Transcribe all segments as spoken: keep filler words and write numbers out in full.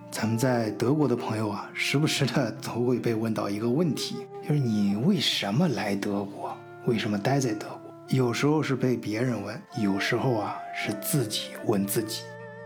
咱们在德国的朋友啊，时不时的都会被问到一个问题，就是你为什么来德国？为什么待在德国？有时候是被别人问，有时候啊是自己问自己。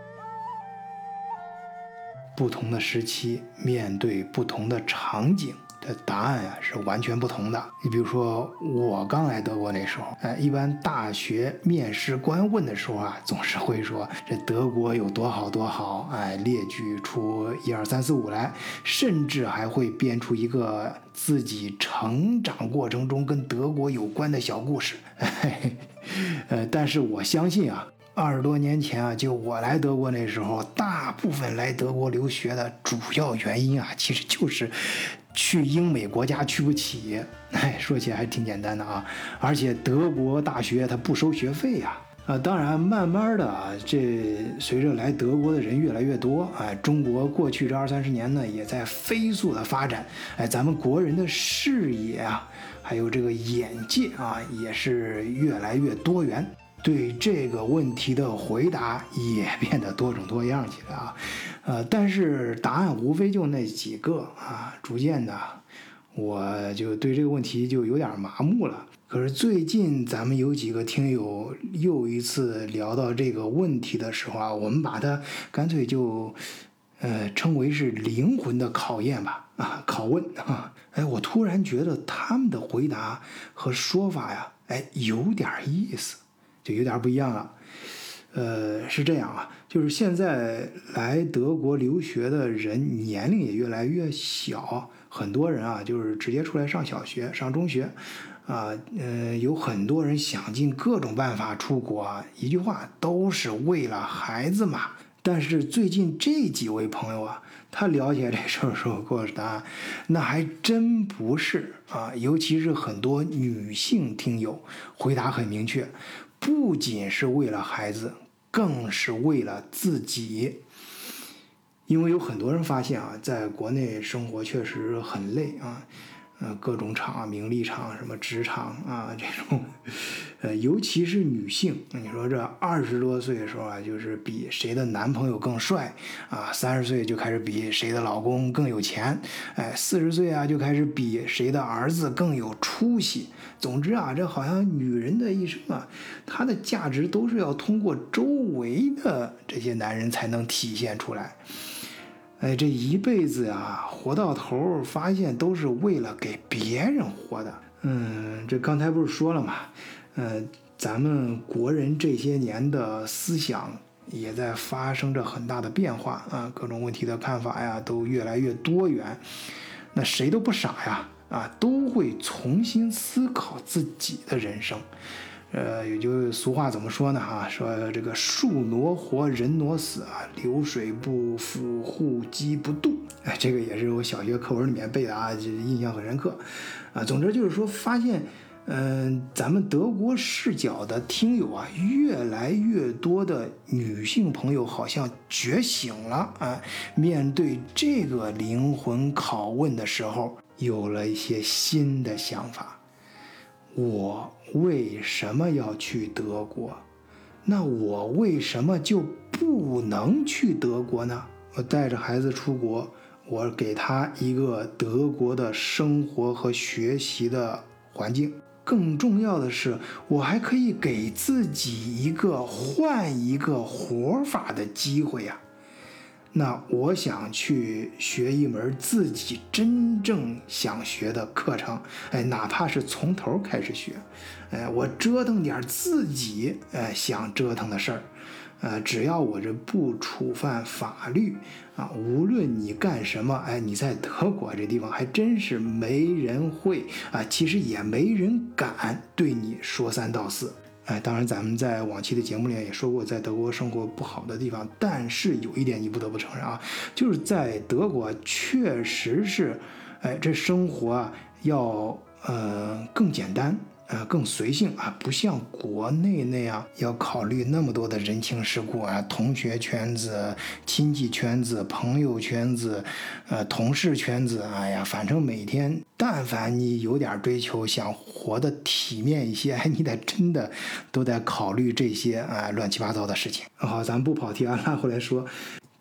不同的时期，面对不同的场景的答案啊是完全不同的。你比如说我刚来德国那时候，哎，一般大学面试官问的时候啊，总是会说这德国有多好多好，哎，列举出一二三四五来，甚至还会编出一个自己成长过程中跟德国有关的小故事。呃，但是我相信啊。二十多年前啊，就我来德国那时候，大部分来德国留学的主要原因啊，其实就是去英美国家去不起。哎，说起来还挺简单的啊，而且德国大学它不收学费呀。啊，当然，慢慢的啊，这随着来德国的人越来越多，哎，中国过去这二三十年呢，也在飞速的发展，哎，咱们国人的视野啊，还有这个眼界啊，也是越来越多元。对这个问题的回答也变得多种多样起来啊，呃，但是答案无非就那几个啊，逐渐的，我就对这个问题就有点麻木了。可是最近咱们有几个听友又一次聊到这个问题的时候啊，我们把它干脆就呃称为是灵魂的考验吧，啊，拷问啊，哎，我突然觉得他们的回答和说法呀，哎，有点意思。就有点不一样了，呃，是这样啊，就是现在来德国留学的人年龄也越来越小，很多人啊就是直接出来上小学、上中学，啊，呃，有很多人想尽各种办法出国啊，一句话都是为了孩子嘛。但是最近这几位朋友啊，他了解这事儿的时候给我答案，那还真不是啊，尤其是很多女性听友回答很明确。不仅是为了孩子，更是为了自己。因为有很多人发现啊，在国内生活确实很累啊，呃，各种场、名利场、什么职场啊这种，呃，尤其是女性，你说这二十多岁的时候啊，就是比谁的男朋友更帅啊，三十岁就开始比谁的老公更有钱，哎，四十岁啊就开始比谁的儿子更有出息。总之啊，这好像女人的一生啊，她的价值都是要通过周围的这些男人才能体现出来。哎，这一辈子啊，活到头，发现都是为了给别人活的。嗯，这刚才不是说了嘛，呃，咱们国人这些年的思想也在发生着很大的变化啊，各种问题的看法呀，都越来越多元。那谁都不傻呀。啊，都会重新思考自己的人生，呃，也就俗话怎么说呢？哈，说这个树挪活，人挪死啊，流水不腐，户籍不渡。哎，这个也是我小学课文里面背的啊，这印象很深刻。啊，总之就是说，发现，嗯、呃，咱们德国视角的听友啊，越来越多的女性朋友好像觉醒了啊，面对这个灵魂拷问的时候。有了一些新的想法，我为什么要去德国？那我为什么就不能去德国呢？我带着孩子出国，我给他一个德国的生活和学习的环境。更重要的是，我还可以给自己一个换一个活法的机会呀、啊。那我想去学一门自己真正想学的课程，哎，哪怕是从头开始学，哎，我折腾点自己哎想折腾的事儿，呃，只要我这不触犯法律啊，无论你干什么，哎，你在德国这地方还真是没人会啊，其实也没人敢对你说三道四。哎，当然，咱们在往期的节目里也说过，在德国生活不好的地方，但是有一点你不得不承认啊，就是在德国确实是，哎，这生活啊要呃更简单，呃更随性啊，不像国内那样要考虑那么多的人情世故啊，同学圈子、亲戚圈子、朋友圈子、呃同事圈子，哎呀，反正每天。但凡你有点追求，想活得体面一些，你得真的都得考虑这些啊乱七八糟的事情。好，咱不跑题啊，拉回来说，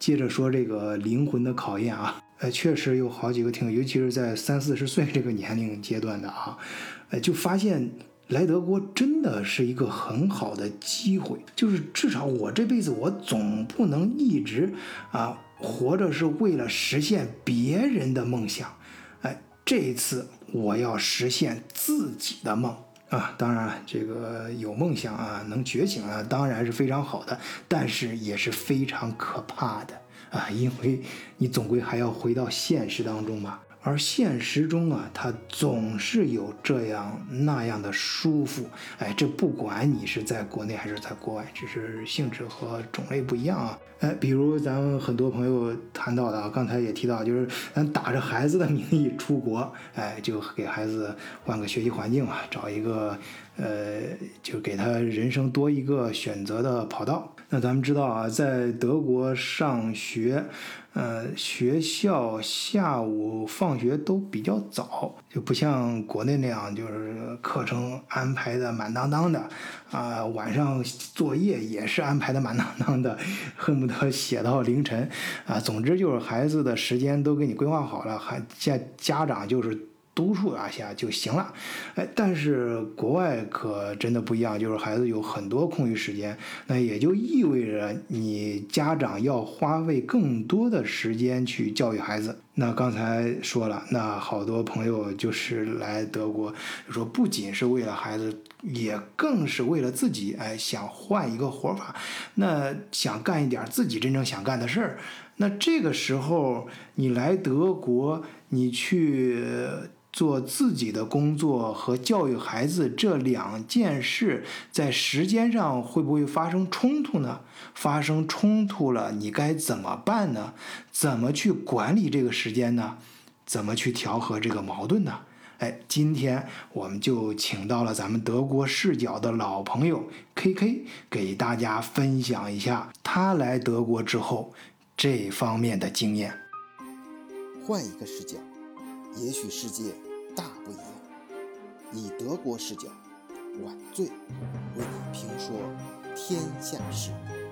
接着说这个灵魂的考验啊，呃，确实有好几个听，尤其是在三四十岁这个年龄阶段的啊，呃，就发现来德国真的是一个很好的机会，就是至少我这辈子我总不能一直啊活着是为了实现别人的梦想，哎，这一次我要实现自己的梦。啊，当然，这个有梦想啊，能觉醒啊，当然是非常好的，但是也是非常可怕的啊，因为你总归还要回到现实当中嘛。而现实中啊，它总是有这样那样的舒服，哎，这不管你是在国内还是在国外，只是性质和种类不一样啊。哎，比如咱们很多朋友谈到的啊，刚才也提到，就是咱打着孩子的名义出国，哎，就给孩子换个学习环境嘛，找一个呃，就给他人生多一个选择的跑道。那咱们知道啊，在德国上学，呃，学校下午放学都比较早，就不像国内那样，就是课程安排的满当当的，啊、呃，晚上作业也是安排的满当当的，恨不得写到凌晨，啊、呃，总之就是孩子的时间都给你规划好了，还家家长就是督促一下就行了，哎，但是国外可真的不一样，就是孩子有很多空余时间，那也就意味着你家长要花费更多的时间去教育孩子。那刚才说了，那好多朋友就是来德国，就说不仅是为了孩子，也更是为了自己，哎，想换一个活法，那想干一点自己真正想干的事儿。那这个时候你来德国，你去做自己的工作和教育孩子这两件事，在时间上会不会发生冲突呢？发生冲突了，你该怎么办呢？怎么去管理这个时间呢？怎么去调和这个矛盾呢？哎，今天我们就请到了咱们德国视角的老朋友 K K， 给大家分享一下他来德国之后这方面的经验。 换一个视角，也许世界大不一样。以德国视角，晚醉为你评说天下事。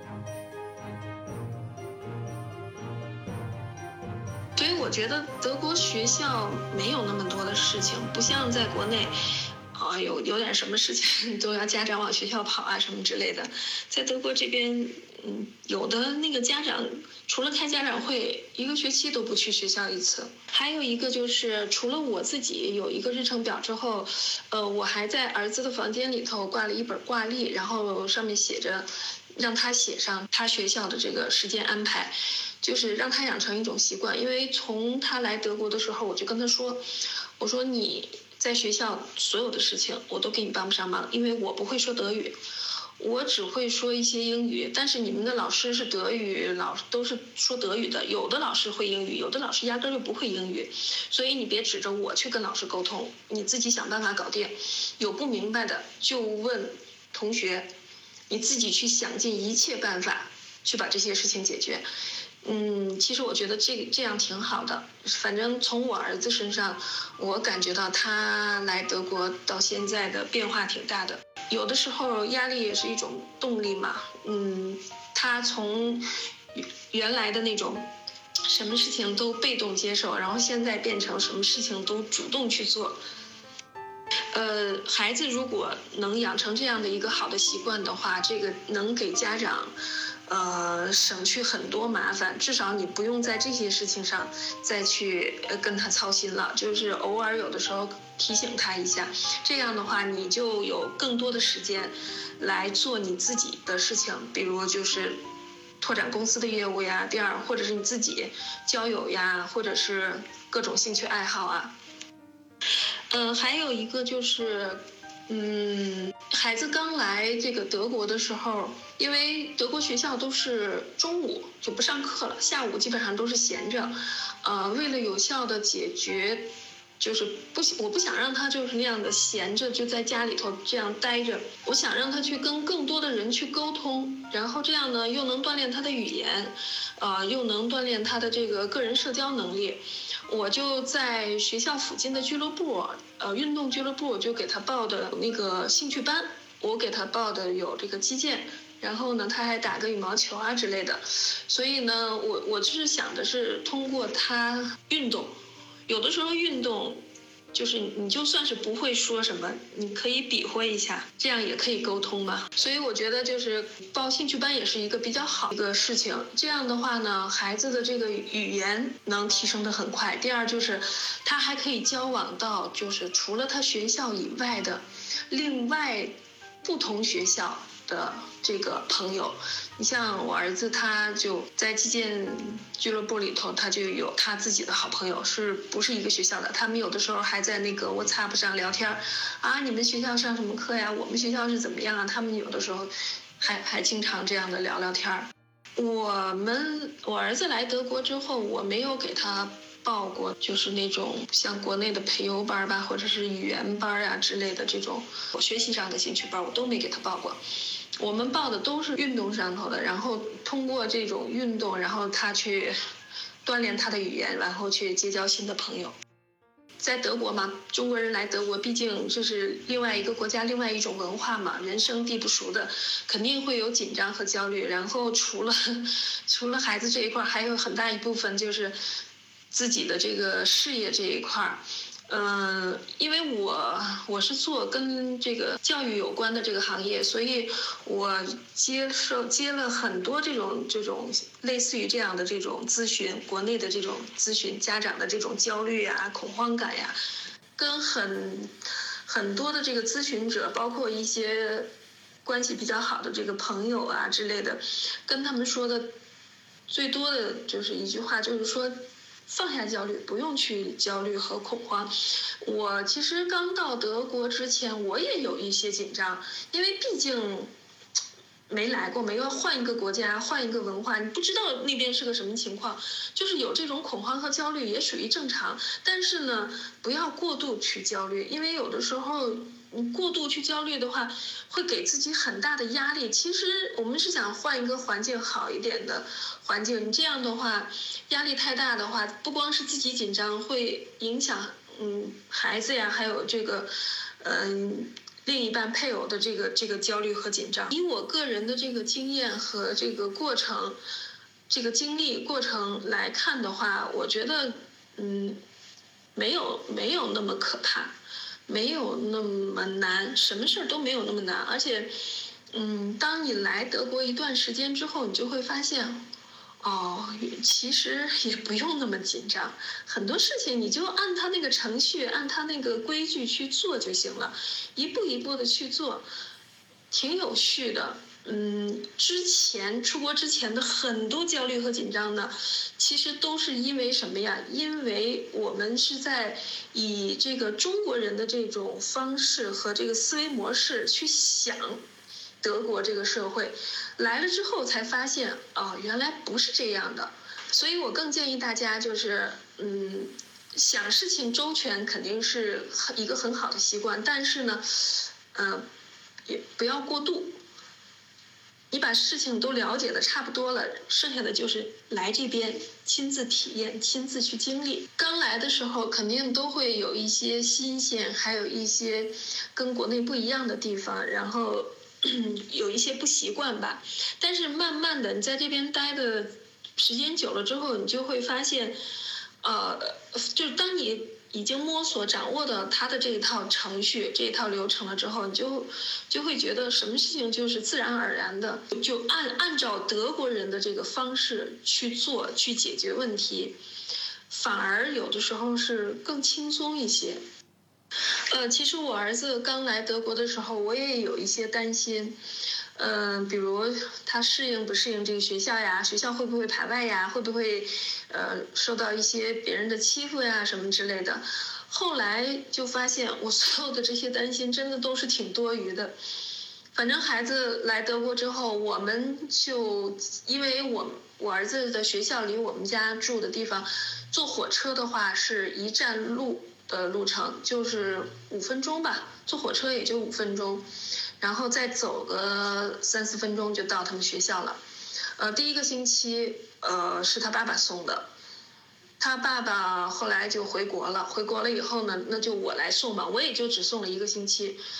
所以我觉得德国学校没有那么多的事情，不像在国内，啊、呃，有有点什么事情都要家长往学校跑啊什么之类的。在德国这边，嗯，有的那个家长除了开家长会，一个学期都不去学校一次。还有一个就是，除了我自己有一个日程表之后，呃，我还在儿子的房间里头挂了一本挂历，然后上面写着，让他写上他学校的这个时间安排。就是让他养成一种习惯，因为从他来德国的时候，我就跟他说，我说你在学校所有的事情我都给你帮不上忙，因为我不会说德语，我只会说一些英语，但是你们的老师是德语老都是说德语的，有的老师会英语，有的老师压根就不会英语，所以你别指着我去跟老师沟通，你自己想办法搞定，有不明白的就问同学，你自己去想尽一切办法去把这些事情解决。嗯，其实我觉得这这样挺好的。反正从我儿子身上，我感觉到他来德国到现在的变化挺大的。有的时候压力也是一种动力嘛。嗯，他从原来的那种什么事情都被动接受，然后现在变成什么事情都主动去做。呃，孩子如果能养成这样的一个好的习惯的话，这个能给家长呃，省去很多麻烦，至少你不用在这些事情上再去呃跟他操心了，就是偶尔有的时候提醒他一下，这样的话你就有更多的时间来做你自己的事情，比如就是拓展公司的业务呀，第二或者是你自己交友呀，或者是各种兴趣爱好啊。嗯、呃，还有一个就是。嗯，孩子刚来这个德国的时候，因为德国学校都是中午就不上课了，下午基本上都是闲着。呃，为了有效的解决，就是不，我不想让他就是那样的闲着就在家里头这样待着，我想让他去跟更多的人去沟通，然后这样呢又能锻炼他的语言，呃，又能锻炼他的这个个人社交能力。我就在学校附近的俱乐部，呃，运动俱乐部就给他报的那个兴趣班，我给他报的有这个击剑， 然后呢他还打个羽毛球啊之类的。所以呢我我就是想的是通过他运动，有的时候运动就是你就算是不会说什么，你可以比划一下，这样也可以沟通嘛。所以我觉得就是报兴趣班也是一个比较好的事情。这样的话呢，孩子的这个语言能提升得很快。第二就是他还可以交往到就是除了他学校以外的另外不同学校的这个朋友。你像我儿子他就在击剑俱乐部里头，他就有他自己的好朋友，是不是一个学校的，他们有的时候还在那个 WhatsApp 上聊天啊，你们学校上什么课呀，我们学校是怎么样啊，他们有的时候还还经常这样的聊聊天。我们我儿子来德国之后，我没有给他报过就是那种像国内的培优班吧，或者是语言班啊之类的这种学习上的兴趣班，我都没给他报过。我们报的都是运动上头的，然后通过这种运动，然后他去锻炼他的语言，然后去结交新的朋友。在德国嘛，中国人来德国毕竟这是另外一个国家，另外一种文化嘛，人生地不熟的，肯定会有紧张和焦虑。然后除了除了孩子这一块，还有很大一部分就是自己的这个事业这一块。嗯，因为我我是做跟这个教育有关的这个行业，所以我接受接了很多这种这种类似于这样的这种咨询，国内的这种咨询，家长的这种焦虑啊、恐慌感呀，跟很很多的这个咨询者，包括一些关系比较好的这个朋友啊之类的，跟他们说的最多的就是一句话，就是说放下焦虑，不用去焦虑和恐慌。我其实刚到德国之前，我也有一些紧张，因为毕竟没来过，没有换一个国家，换一个文化，你不知道那边是个什么情况，就是有这种恐慌和焦虑也属于正常。但是呢，不要过度去焦虑，因为有的时候你过度去焦虑的话，会给自己很大的压力。其实我们是想换一个环境好一点的环境，你这样的话压力太大的话，不光是自己紧张，会影响嗯孩子呀，还有这个嗯另一半配偶的这个这个焦虑和紧张。以我个人的这个经验和这个过程这个经历过程来看的话，我觉得嗯没有没有那么可怕，没有那么难，什么事儿都没有那么难。而且嗯当你来德国一段时间之后，你就会发现哦，其实也不用那么紧张，很多事情你就按他那个程序，按他那个规矩去做就行了，一步一步的去做，挺有序的。嗯，之前出国之前的很多焦虑和紧张呢，其实都是因为什么呀？因为我们是在以这个中国人的这种方式和这个思维模式去想德国这个社会，来了之后才发现哦，原来不是这样的。所以我更建议大家就是嗯想事情周全肯定是一个很好的习惯，但是呢嗯、呃、也不要过度。你把事情都了解的差不多了，剩下的就是来这边亲自体验，亲自去经历。刚来的时候肯定都会有一些新鲜，还有一些跟国内不一样的地方，然后有一些不习惯吧。但是慢慢的你在这边待的时间久了之后，你就会发现呃，就是当你已经摸索掌握到他的这一套程序，这一套流程了之后，你就就会觉得什么事情就是自然而然的，就按按照德国人的这个方式去做，去解决问题，反而有的时候是更轻松一些。呃，其实我儿子刚来德国的时候，我也有一些担心。嗯、呃，比如他适应不适应这个学校呀？学校会不会排外呀？会不会呃受到一些别人的欺负呀什么之类的？后来就发现，我所有的这些担心真的都是挺多余的。反正孩子来德国之后，我们就因为我我儿子的学校离我们家住的地方，坐火车的话是一站路的路程，就是五分钟吧，坐火车也就五分钟。然后再走个三四分钟就到他们学校了。呃，第一个星期，呃，是他爸爸送的，他爸爸后来就回国了。回国了以后呢，那就我来送嘛，我也就只送了一个星期，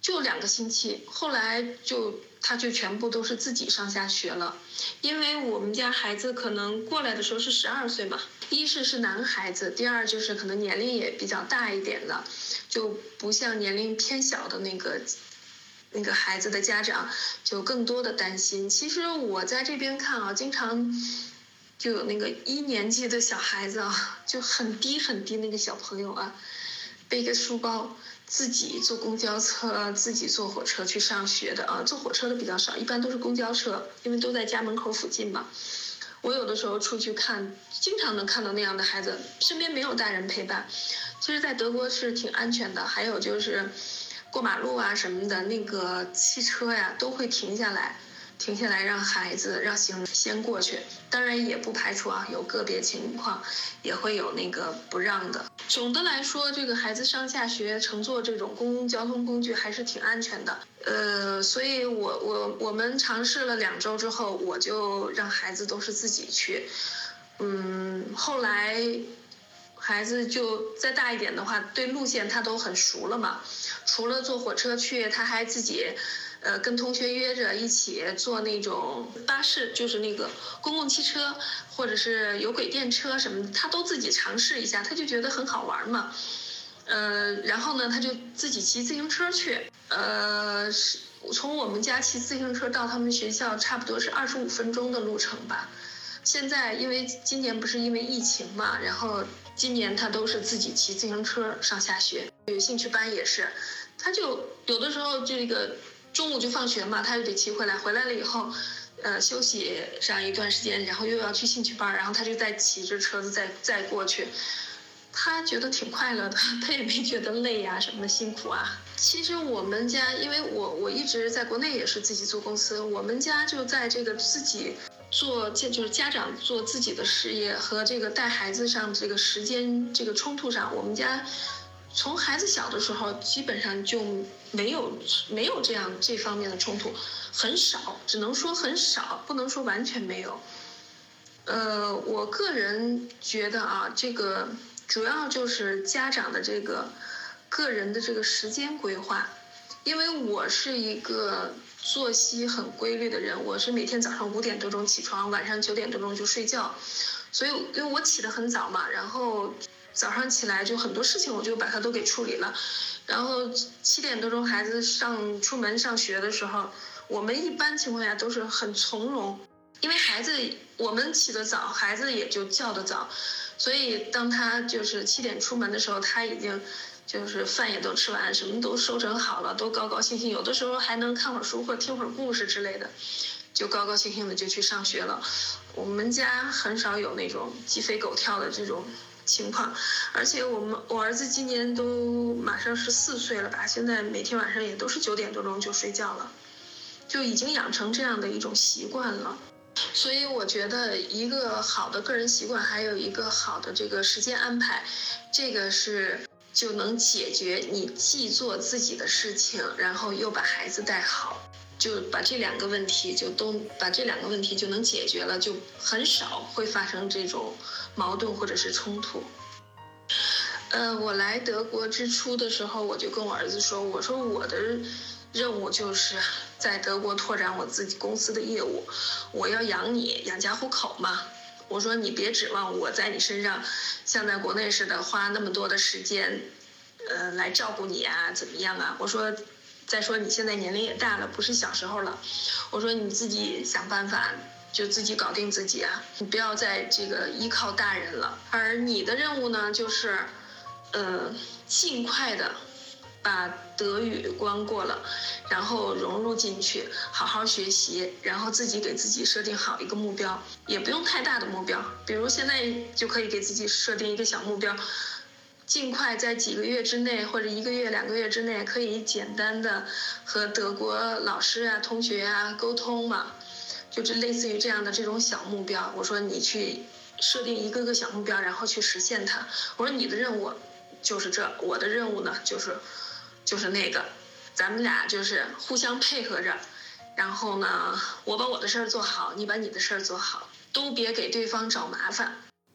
就两个星期，后来就他就全部都是自己上下学了。因为我们家孩子可能过来的时候是十二岁嘛，一是是男孩子，第二就是可能年龄也比较大一点了，就不像年龄偏小的那个那个孩子的家长就更多的担心。其实我在这边看啊，经常就有那个一年级的小孩子啊，就很低很低那个小朋友啊，背个书包自己坐公交车自己坐火车去上学的啊，坐火车的比较少，一般都是公交车，因为都在家门口附近嘛。我有的时候出去看，经常能看到那样的孩子，身边没有大人陪伴。其实在德国是挺安全的，还有就是过马路啊什么的，那个汽车呀都会停下来停下来让孩子让行人先过去，当然也不排除啊有个别情况也会有那个不让的。总的来说，这个孩子上下学乘坐这种公共交通工具还是挺安全的。呃，所以我我我们尝试了两周之后，我就让孩子都是自己去。嗯，后来孩子就再大一点的话，对路线他都很熟了嘛。除了坐火车去，他还自己呃跟同学约着一起坐那种巴士，就是那个公共汽车或者是有轨电车什么的，他都自己尝试一下，他就觉得很好玩嘛。呃，然后呢，他就自己骑自行车去。呃，从我们家骑自行车到他们学校差不多是二十五分钟的路程吧。现在因为今年不是因为疫情嘛，然后今年他都是自己骑自行车上下学。有兴趣班也是，他就有的时候这个中午就放学嘛，他就得骑回来，回来了以后呃休息上一段时间，然后又要去兴趣班，然后他就再骑着车子再再过去。他觉得挺快乐的，他也没觉得累啊什么的辛苦啊。其实我们家因为我我一直在国内也是自己做公司，我们家就在这个自己做就是家长做自己的事业和这个带孩子上这个时间这个冲突上，我们家从孩子小的时候基本上就没有没有这样这方面的冲突，很少，只能说很少，不能说完全没有。呃，我个人觉得啊，这个主要就是家长的这个个人的这个时间规划。因为我是一个作息很规律的人，我是每天早上五点多钟起床，晚上九点多钟就睡觉，所以因为我起得很早嘛，然后早上起来就很多事情我就把它都给处理了，然后七点多钟孩子上出门上学的时候，我们一般情况下都是很从容，因为孩子我们起得早，孩子也就叫得早，所以当他就是七点出门的时候，他已经就是饭也都吃完，什么都收整好了，都高高兴兴，有的时候还能看会儿书或者听会儿故事之类的，就高高兴兴的就去上学了。我们家很少有那种鸡飞狗跳的这种情况，而且我们我儿子今年都马上十四岁了吧，现在每天晚上也都是九点多钟就睡觉了，就已经养成这样的一种习惯了。所以我觉得一个好的个人习惯，还有一个好的这个时间安排，这个是就能解决你既做自己的事情，然后又把孩子带好，就把这两个问题就都把这两个问题就能解决了，就很少会发生这种矛盾或者是冲突。呃，我来德国之初的时候，我就跟我儿子说，我说我的任务就是在德国拓展我自己公司的业务，我要养你，养家糊口嘛。我说你别指望我在你身上像在国内似的花那么多的时间呃，来照顾你啊怎么样啊。我说再说你现在年龄也大了，不是小时候了，我说你自己想办法就自己搞定自己啊，你不要再这个依靠大人了。而你的任务呢，就是呃尽快的把德语关过了，然后融入进去，好好学习，然后自己给自己设定好一个目标，也不用太大的目标，比如现在就可以给自己设定一个小目标，尽快在几个月之内或者一个月两个月之内，可以简单的和德国老师啊同学啊沟通嘛，就是类似于这样的这种小目标。我说你去设定一个个小目标，然后去实现它。我说你的任务就是这，我的任务呢就是就是那个，咱们俩就是互相配合着，然后呢我把我的事儿做好，你把你的事儿做好，都别给对方找麻烦。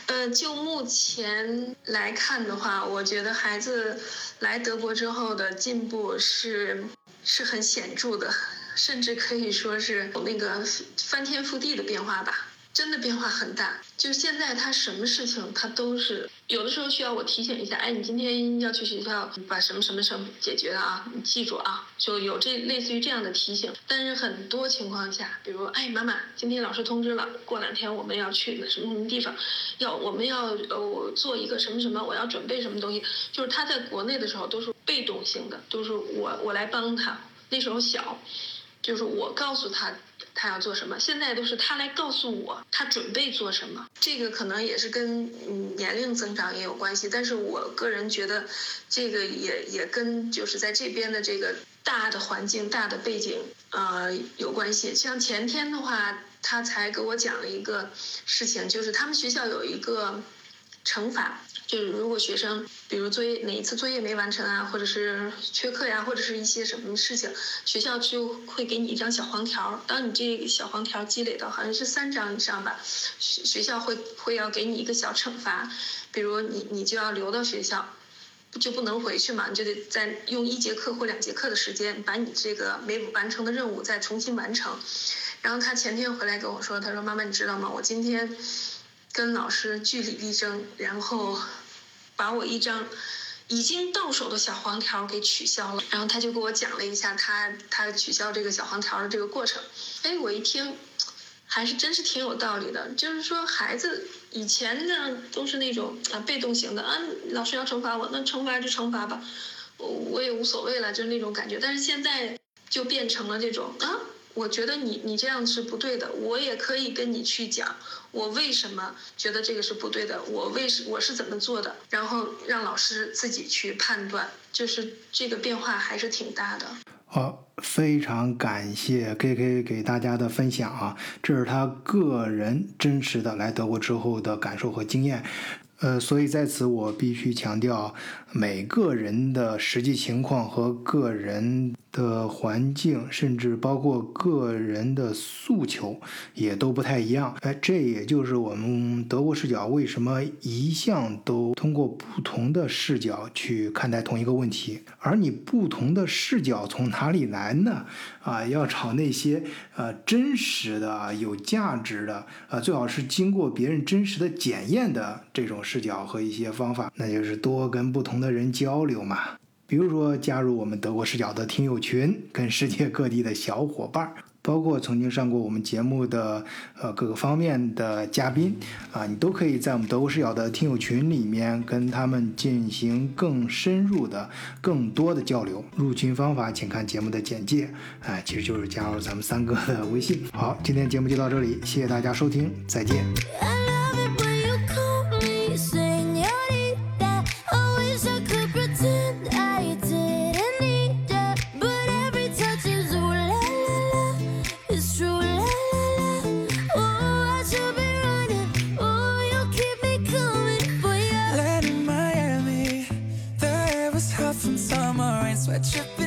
呃，就目前来看的话，我觉得孩子来德国之后的进步是是很显著的，甚至可以说是有那个翻天覆地的变化吧。真的变化很大，就是现在他什么事情他都是有的时候需要我提醒一下，哎，你今天要去学校把什么什么什么解决啊，你记住啊，就有这类似于这样的提醒。但是很多情况下，比如哎，妈妈，今天老师通知了，过两天我们要去什么什么地方，要我们要呃做一个什么什么，我要准备什么东西，就是他在国内的时候都是被动性的，都是我我来帮他，那时候小，就是我告诉他他要做什么，现在都是他来告诉我他准备做什么。这个可能也是跟嗯年龄增长也有关系，但是我个人觉得这个也也跟就是在这边的这个大的环境大的背景呃有关系。像前天的话，他才给我讲了一个事情，就是他们学校有一个惩罚，就是如果学生比如作业哪一次作业没完成啊，或者是缺课呀，或者是一些什么事情，学校就会给你一张小黄条。当你这个小黄条积累到好像是三张以上吧，学校会会要给你一个小惩罚，比如你你就要留到学校，就不能回去嘛，你就得再用一节课或两节课的时间把你这个没完成的任务再重新完成。然后他前天回来跟我说，他说妈妈你知道吗，我今天跟老师据理力争，然后把我一张已经到手的小黄条给取消了。然后他就给我讲了一下他他取消这个小黄条的这个过程。哎，我一听还是真是挺有道理的，就是说孩子以前呢都是那种啊被动型的啊，老师要惩罚我，那惩罚就惩罚吧，我我也无所谓了，就是那种感觉。但是现在就变成了这种啊，我觉得你你这样是不对的，我也可以跟你去讲我为什么觉得这个是不对的，我为什我是怎么做的，然后让老师自己去判断，就是这个变化还是挺大的。 好，非常感谢 K K 给大家的分享啊，这是他个人真实的来德国之后的感受和经验。呃，所以在此我必须强调，每个人的实际情况和个人的环境，甚至包括个人的诉求也都不太一样。哎，这也就是我们德国视角为什么一向都通过不同的视角去看待同一个问题。而你不同的视角从哪里来呢？啊，要找那些呃真实的、有价值的，呃，最好是经过别人真实的检验的这种视角和一些方法，那就是多跟不同的人交流嘛。比如说加入我们德国视角的听友群，跟世界各地的小伙伴，包括曾经上过我们节目的呃各个方面的嘉宾啊，你都可以在我们德国视角的听友群里面跟他们进行更深入的、更多的交流。入群方法请看节目的简介，哎，其实就是加入咱们三哥的微信。好，今天节目就到这里，谢谢大家收听，再见。 Sweat dripping